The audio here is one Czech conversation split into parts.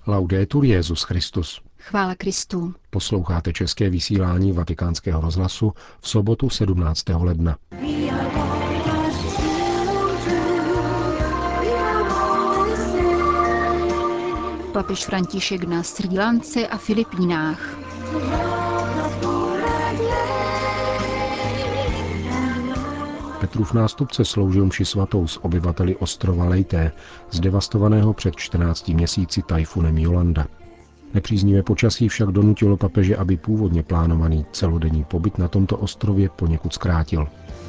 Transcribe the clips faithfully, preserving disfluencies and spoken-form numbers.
Laudetur Jesus Christus. Chvála Kristu. Posloucháte české vysílání Vatikánského rozhlasu v sobotu sedmnáctého ledna. Papež František na Srí Lance a Filipínách. Petrův nástupce sloužil mši svatou s obyvateli ostrova Leyte, zdevastovaného před čtrnácti měsíci tajfunem Jolanda. Nepříznivé počasí však donutilo papeže, aby původně plánovaný celodenní pobyt na tomto ostrově poněkud zkrátil.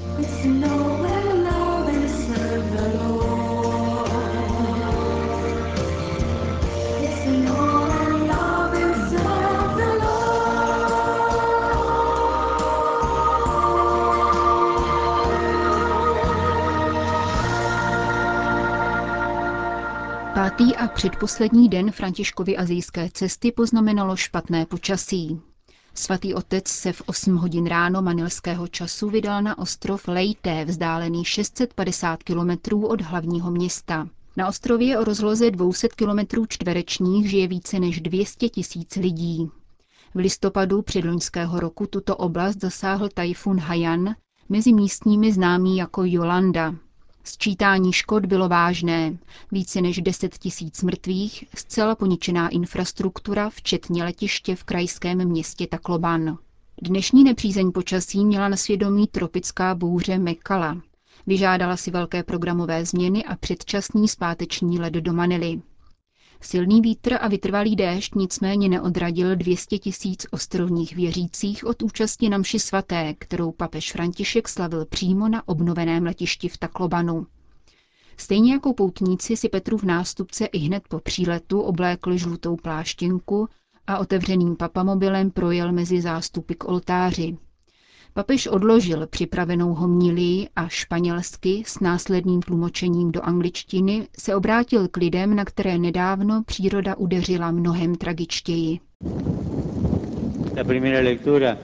Pátý a předposlední den Františkovy asijské cesty poznamenalo špatné počasí. Svatý otec se v osm hodin ráno manilského času vydal na ostrov Leyte, vzdálený šest set padesát kilometrů od hlavního města. Na ostrově o rozloze dvě stě kilometrů čtverečních žije více než dvě stě tisíc lidí. V listopadu předloňského roku tuto oblast zasáhl tajfun Haiyan, mezi místními známý jako Jolanda. Sčítání škod bylo vážné. Více než deset tisíc mrtvých, zcela poničená infrastruktura, včetně letiště v krajském městě Tacloban. Dnešní nepřízeň počasí měla na svědomí tropická bouře Mekala. Vyžádala si velké programové změny a předčasný zpáteční let do Manily. Silný vítr a vytrvalý déšť nicméně neodradil dvě stě tisíc ostrovních věřících od účasti na mši svaté, kterou papež František slavil přímo na obnoveném letišti v Taclobanu. Stejně jako poutníci si Petrův nástupce i hned po příletu oblékl žlutou pláštěnku a otevřeným papamobilem projel mezi zástupy k oltáři. Papež odložil připravenou homilii a španělsky s následným tlumočením do angličtiny se obrátil k lidem, na které nedávno příroda udeřila mnohem tragičtěji. La primera lectura.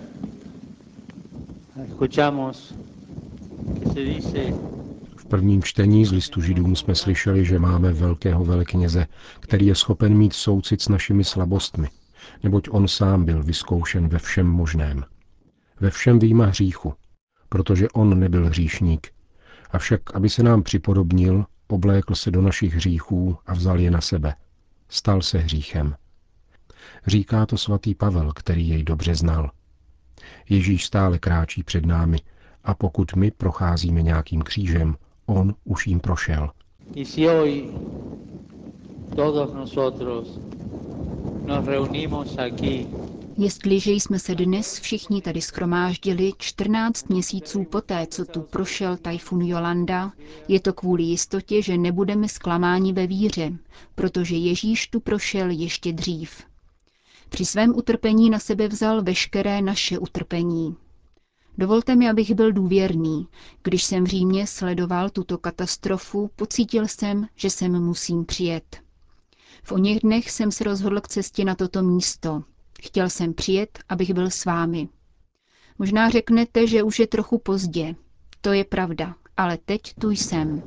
Escuchamos que se dice. V prvním čtení z listu Židům jsme slyšeli, že máme velkého velekněze, který je schopen mít soucit s našimi slabostmi, neboť on sám byl vyzkoušen ve všem možném. Ve všem vyjma hříchu, protože on nebyl hříšník. Avšak, aby se nám připodobnil, oblékl se do našich hříchů a vzal je na sebe. Stal se hříchem. Říká to svatý Pavel, který jej dobře znal. Ježíš stále kráčí před námi a pokud my procházíme nějakým křížem, on už jím prošel. Y si hoy todos nosotros nos reunimos aquí. Jestliže jsme se dnes všichni tady shromáždili čtrnáct měsíců poté, co tu prošel tajfun Jolanda, je to kvůli jistotě, že nebudeme zklamáni ve víře, protože Ježíš tu prošel ještě dřív. Při svém utrpení na sebe vzal veškeré naše utrpení. Dovolte mi, abych byl důvěrný. Když jsem v Římě sledoval tuto katastrofu, pocítil jsem, že sem musím přijet. V oněch dnech jsem se rozhodl k cestě na toto místo. Chtěl jsem přijet, abych byl s vámi. Možná řeknete, že už je trochu pozdě. To je pravda, ale teď tu jsem.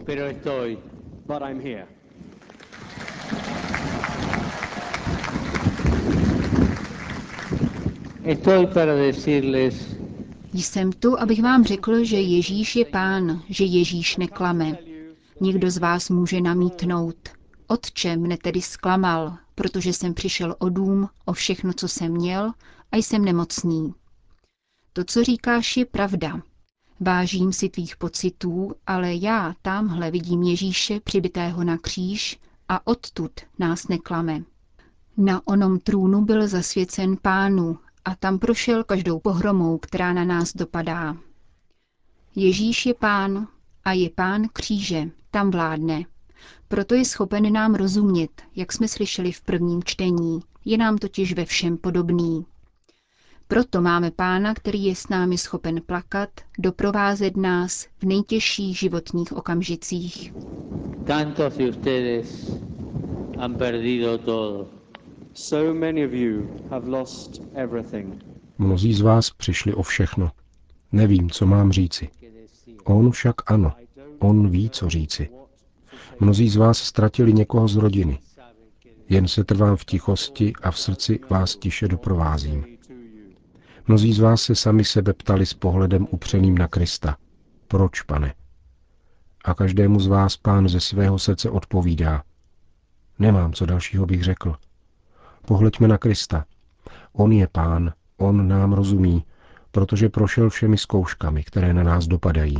Jsem tu, abych vám řekl, že Ježíš je Pán, že Ježíš neklame. Někdo z vás může namítnout. Otče, mne tedy zklamal, protože jsem přišel o dům, o všechno, co jsem měl, a jsem nemocný. To, co říkáš, je pravda. Vážím si tvých pocitů, ale já támhle vidím Ježíše přibitého na kříž a odtud nás neklame. Na onom trůnu byl zasvěcen Pánu a tam prošel každou pohromou, která na nás dopadá. Ježíš je Pán a je Pán kříže, tam vládne. Proto je schopen nám rozumět, jak jsme slyšeli v prvním čtení. Je nám totiž ve všem podobný. Proto máme Pána, který je s námi schopen plakat, doprovázet nás v nejtěžších životních okamžicích. Tantos de ustedes han perdido todo. So many of you have lost everything. Mnozí z vás přišli o všechno. Nevím, co mám říci. On však ano. On ví, co říci. Mnozí z vás ztratili někoho z rodiny. Jen se trvám v tichosti a v srdci vás tiše doprovázím. Mnozí z vás se sami sebe ptali s pohledem upřeným na Krista. Proč, Pane? A každému z vás Pán ze svého srdce odpovídá. Nemám, co dalšího bych řekl. Pohleďme na Krista. On je Pán, on nám rozumí, protože prošel všemi zkouškami, které na nás dopadají.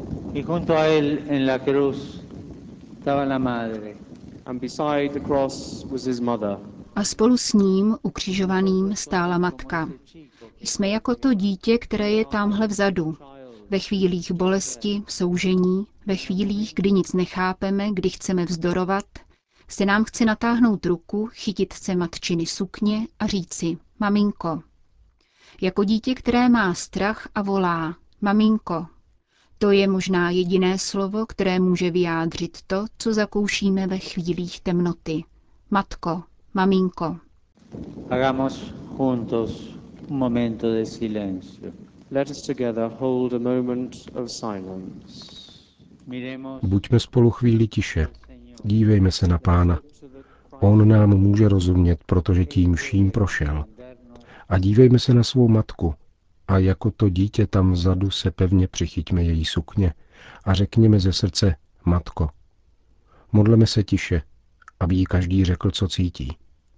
And beside the cross was his mother. A spolu s ním, ukřižovaným, stála matka. Jsme jako to dítě, které je tamhle vzadu. Ve chvílích bolesti, soužení, ve chvílích, kdy nic nechápeme, kdy chceme vzdorovat, se nám chce natáhnout ruku, chytit se matčiny sukně a říci, maminko. Jako dítě, které má strach a volá, maminko. To je možná jediné slovo, které může vyjádřit to, co zakoušíme ve chvílích temnoty. Matko, maminko. Hagamos juntos un momento de silencio. Let us together hold a moment of silence. Buďme spolu chvíli tiše. Dívejme se na Pána. On nám může rozumět, protože tím vším prošel. A dívejme se na svou matku. A jako to dítě tam vzadu se pevně přichyťme její sukně a řekněme ze srdce, matko. Modleme se tiše, aby jí každý řekl, co cítí.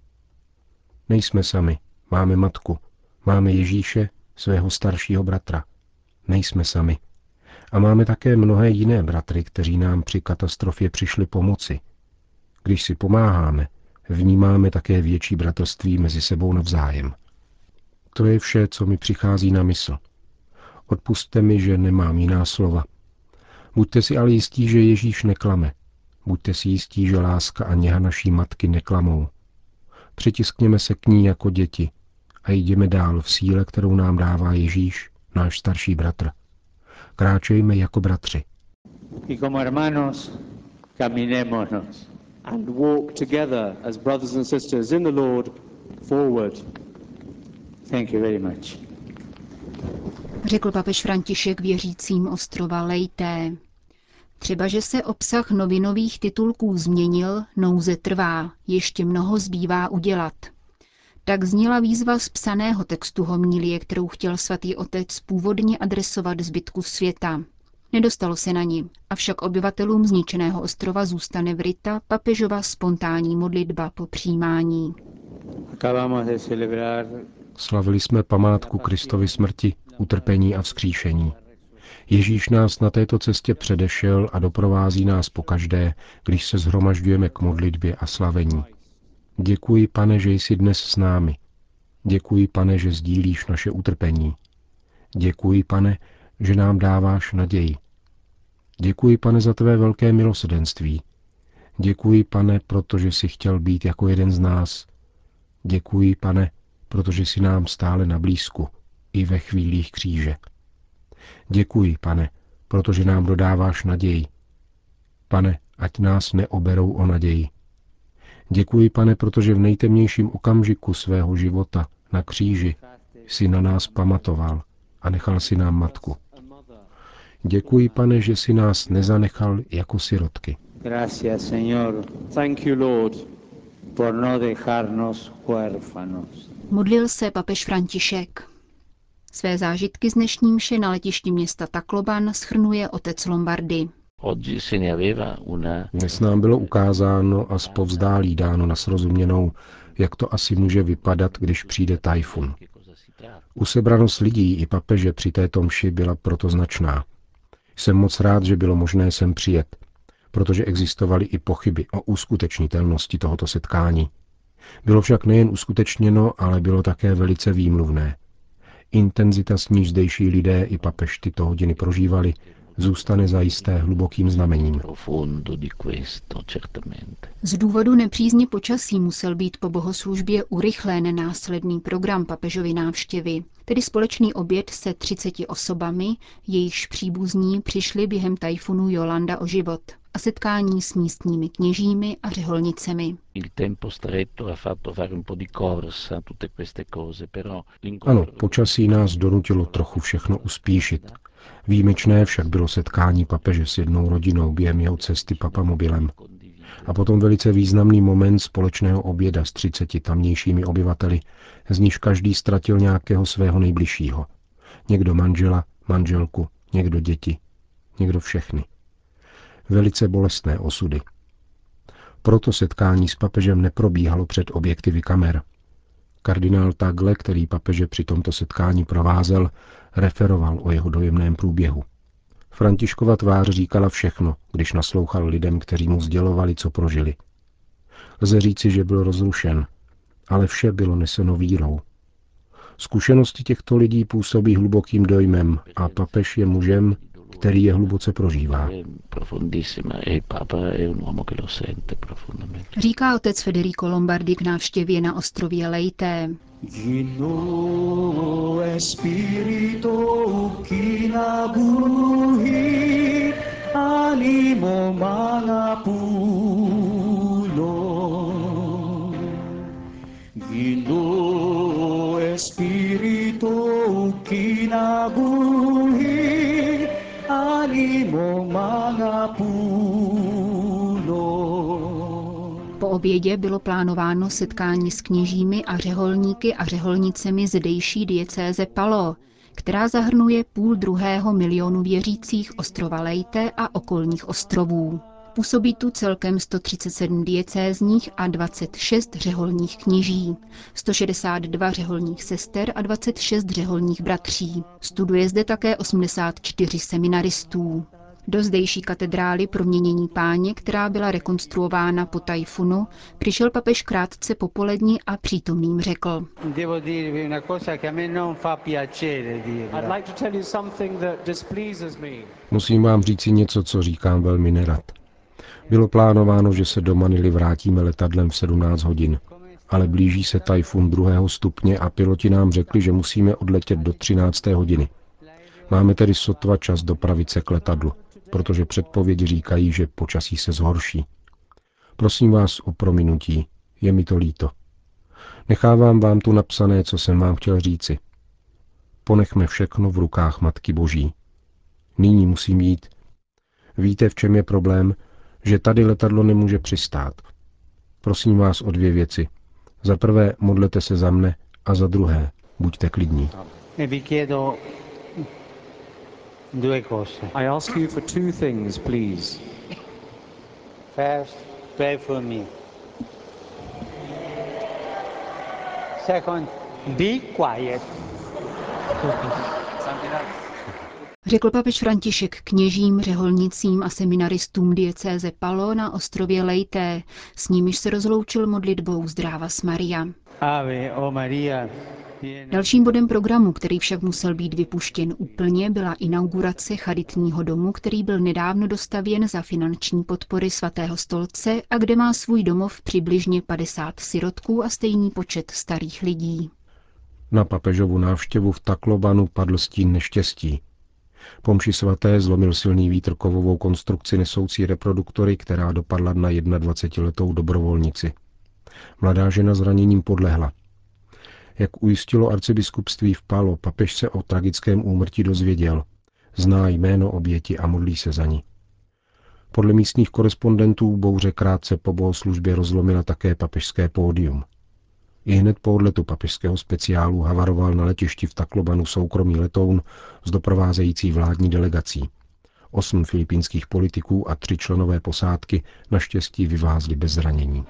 Nejsme sami, máme matku, máme Ježíše, svého staršího bratra. Nejsme sami. A máme také mnohé jiné bratry, kteří nám při katastrofě přišli pomoci. Když si pomáháme, vnímáme také větší bratrství mezi sebou navzájem. To je vše, co mi přichází na mysl. Odpusťte mi, že nemám jiná slova. Buďte si ale jistí, že Ježíš neklame. Buďte si jistí, že láska a něha naší matky neklamou. Přitiskněme se k ní jako děti a jdeme dál v síle, kterou nám dává Ježíš, náš starší bratr. Kráčejme jako bratři. Y como hermanos, caminémonos. And walk together as brothers and sisters in the Lord forward. Thank you very much. Řekl papež František věřícím ostrova Leyte. Třeba, že se obsah novinových titulků změnil, nouze trvá, ještě mnoho zbývá udělat. Tak zněla výzva z psaného textu homilie, kterou chtěl svatý otec původně adresovat zbytku světa. Nedostalo se na ni, avšak obyvatelům zničeného ostrova zůstane vryta papežova spontánní modlitba po přijímání. Slavili jsme památku Kristovy smrti, utrpení a vzkříšení. Ježíš nás na této cestě předešel a doprovází nás pokaždé, když se shromažďujeme k modlitbě a slavení. Děkuji, Pane, že jsi dnes s námi. Děkuji, Pane, že sdílíš naše utrpení. Děkuji, Pane, že nám dáváš naději. Děkuji, Pane, za tvé velké milosrdenství. Děkuji, Pane, protože jsi chtěl být jako jeden z nás. Děkuji, Pane, protože jsi nám stále na blízku, i ve chvílích kříže. Děkuji, Pane, protože nám dodáváš naději. Pane, ať nás neoberou o naději. Děkuji, Pane, protože v nejtemnějším okamžiku svého života na kříži jsi na nás pamatoval a nechal si nám matku. Děkuji, Pane, že jsi nás nezanechal jako sirotky. Gracias, Señor. Thank you, Lord. Por no dejarnos huérfanos. Modlil se papež František. Své zážitky z dnešní mše na letišti města Tacloban shrnuje otec Lombardy. Dnes nám bylo ukázáno a zpovzdálí dáno na srozuměnou, jak to asi může vypadat, když přijde tajfun. Usebranost lidí i papeže při této mši byla proto značná. Jsem moc rád, že bylo možné sem přijet, protože existovaly i pochyby o uskutečnitelnosti tohoto setkání. Bylo však nejen uskutečněno, ale bylo také velice výmluvné. Intenzita, s níž zdejší lidé i papež tyto hodiny prožívali, zůstane zajisté hlubokým znamením. Z důvodu nepřízně počasí musel být po bohoslužbě urychlen následný program papežovy návštěvy, tedy společný oběd se třiceti osobami, jejichž příbuzní přišli během tajfunu Jolanda o život, a setkání s místními kněžími a řeholnicemi. Ano, počasí nás donutilo trochu všechno uspíšit. Výjimečné však bylo setkání papeže s jednou rodinou během jeho cesty papamobilem. A potom velice významný moment společného oběda s třiceti tamnějšími obyvateli, z níž každý ztratil nějakého svého nejbližšího. Někdo manžela, manželku, někdo děti, někdo všechny. Velice bolestné osudy. Proto setkání s papežem neprobíhalo před objektivy kamer. Kardinál Tagle, který papeže při tomto setkání provázel, referoval o jeho dojemném průběhu. Františkova tvář říkala všechno, když naslouchal lidem, kteří mu sdělovali, co prožili. Lze říci, že byl rozrušen, ale vše bylo neseno vírou. Zkušenosti těchto lidí působí hlubokým dojmem a papež je mužem, který je hluboce prožívá. Říká otec Federico Lombardi k návštěvě na ostrově Leyte. Po obědě bylo plánováno setkání s kněžími a řeholníky a řeholnicemi zdejší diecéze Palo, která zahrnuje půl druhého milionu věřících ostrova Leyte a okolních ostrovů. Působí tu celkem sto třicet sedm diecézních a dvacet šest řeholních kněží, sto šedesát dva řeholních sester a dvacet šest řeholních bratří. Studuje zde také osmdesát čtyři seminaristů. Do zdejší katedrály Proměnění Páně, která byla rekonstruována po tajfunu, přišel papež krátce po poledni a přítomným řekl: Musím vám říci něco, co říkám velmi nerad. Bylo plánováno, že se do Manily vrátíme letadlem v sedmnáct hodin, ale blíží se tajfun druhého stupně a piloti nám řekli, že musíme odletět do třinácté hodiny. Máme tedy sotva čas dopravit se k letadlu, protože předpovědi říkají, že počasí se zhorší. Prosím vás o prominutí, je mi to líto. Nechávám vám tu napsané, co jsem vám chtěl říci. Ponechme všechno v rukách Matky Boží. Nyní musím jít. Víte, v čem je problém? Že tady letadlo nemůže přistát. Prosím vás o dvě věci. Za prvé, modlete se za mne a za druhé, buďte klidní. I ask you for two things, please. First, pray for me. Second, be quiet. Řekl papež František kněžím, řeholnicím a seminaristům diecéze Palo na ostrově Leyte, s nimiž se rozloučil modlitbou Zdravas Maria. Ave o Maria. Dalším bodem programu, který však musel být vypuštěn úplně, byla inaugurace charitního domu, který byl nedávno dostavěn za finanční podpory Svatého stolce a kde má svůj domov přibližně padesát sirotků a stejný počet starých lidí. Na papežovu návštěvu v Taklobanu padl stín neštěstí. Po mši svaté zlomil silný vítr kovovou konstrukci nesoucí reproduktory, která dopadla na dvacetiletou dobrovolnici. Mladá žena zraněním podlehla. Jak ujistilo arcibiskupství v Palo, papež se o tragickém úmrtí dozvěděl. Zná jméno oběti a modlí se za ní. Podle místních korespondentů bouře krátce po bohoslužbě rozlomila také papežské pódium. I hned po odletu papežského speciálu havaroval na letišti v Taklobanu soukromý letoun s doprovázející vládní delegací. Osm filipínských politiků a tři členové posádky naštěstí vyvázli bez zranění.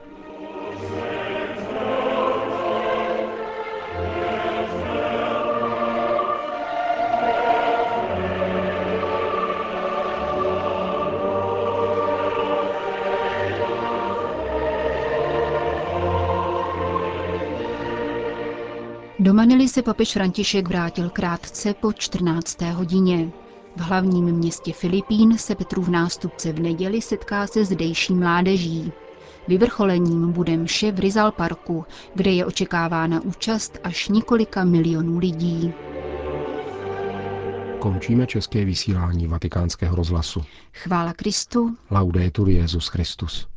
Do Manily se papež František vrátil krátce po čtrnácté hodině. V hlavním městě Filipín se Petrův nástupce v neděli setká se zdejší mládeží. Vyvrcholením bude mše v Rizal Parku, kde je očekávána účast až několika milionů lidí. Končíme české vysílání Vatikánského rozhlasu. Chvála Kristu. Laudetur Jesus Christus.